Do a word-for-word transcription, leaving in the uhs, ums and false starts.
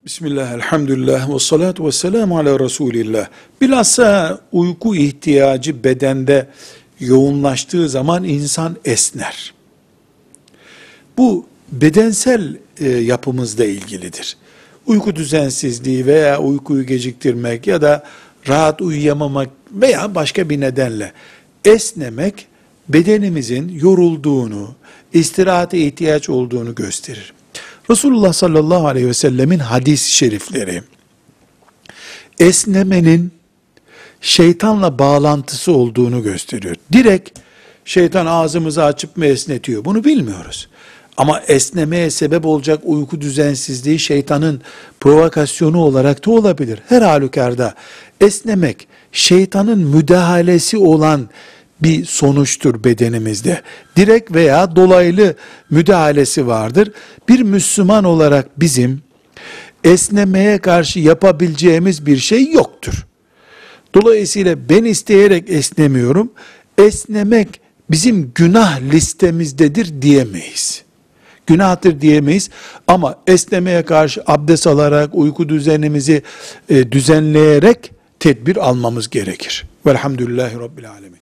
Bismillah, elhamdülillah, ve salatu ve selamu ala Resulillah. Bilhassa uyku ihtiyacı bedende yoğunlaştığı zaman insan esner. Bu bedensel e, yapımızla ilgilidir. Uyku düzensizliği veya uykuyu geciktirmek ya da rahat uyuyamamak veya başka bir nedenle esnemek bedenimizin yorulduğunu, istirahate ihtiyaç olduğunu gösterir. Resulullah sallallahu aleyhi ve sellemin hadis-i şerifleri, esnemenin şeytanla bağlantısı olduğunu gösteriyor. Direkt şeytan ağzımızı açıp mı esnetiyor? Bunu bilmiyoruz. Ama esnemeye sebep olacak uyku düzensizliği şeytanın provokasyonu olarak da olabilir. Her halükarda esnemek şeytanın müdahalesi olan bir sonuçtur bedenimizde. Direkt veya dolaylı müdahalesi vardır. Bir Müslüman olarak bizim esnemeye karşı yapabileceğimiz bir şey yoktur. Dolayısıyla ben isteyerek esnemiyorum. Esnemek bizim günah listemizdedir diyemeyiz. Günahtır diyemeyiz ama esnemeye karşı abdest alarak, uyku düzenimizi e, düzenleyerek tedbir almamız gerekir. Velhamdülillahi Rabbil Alemin.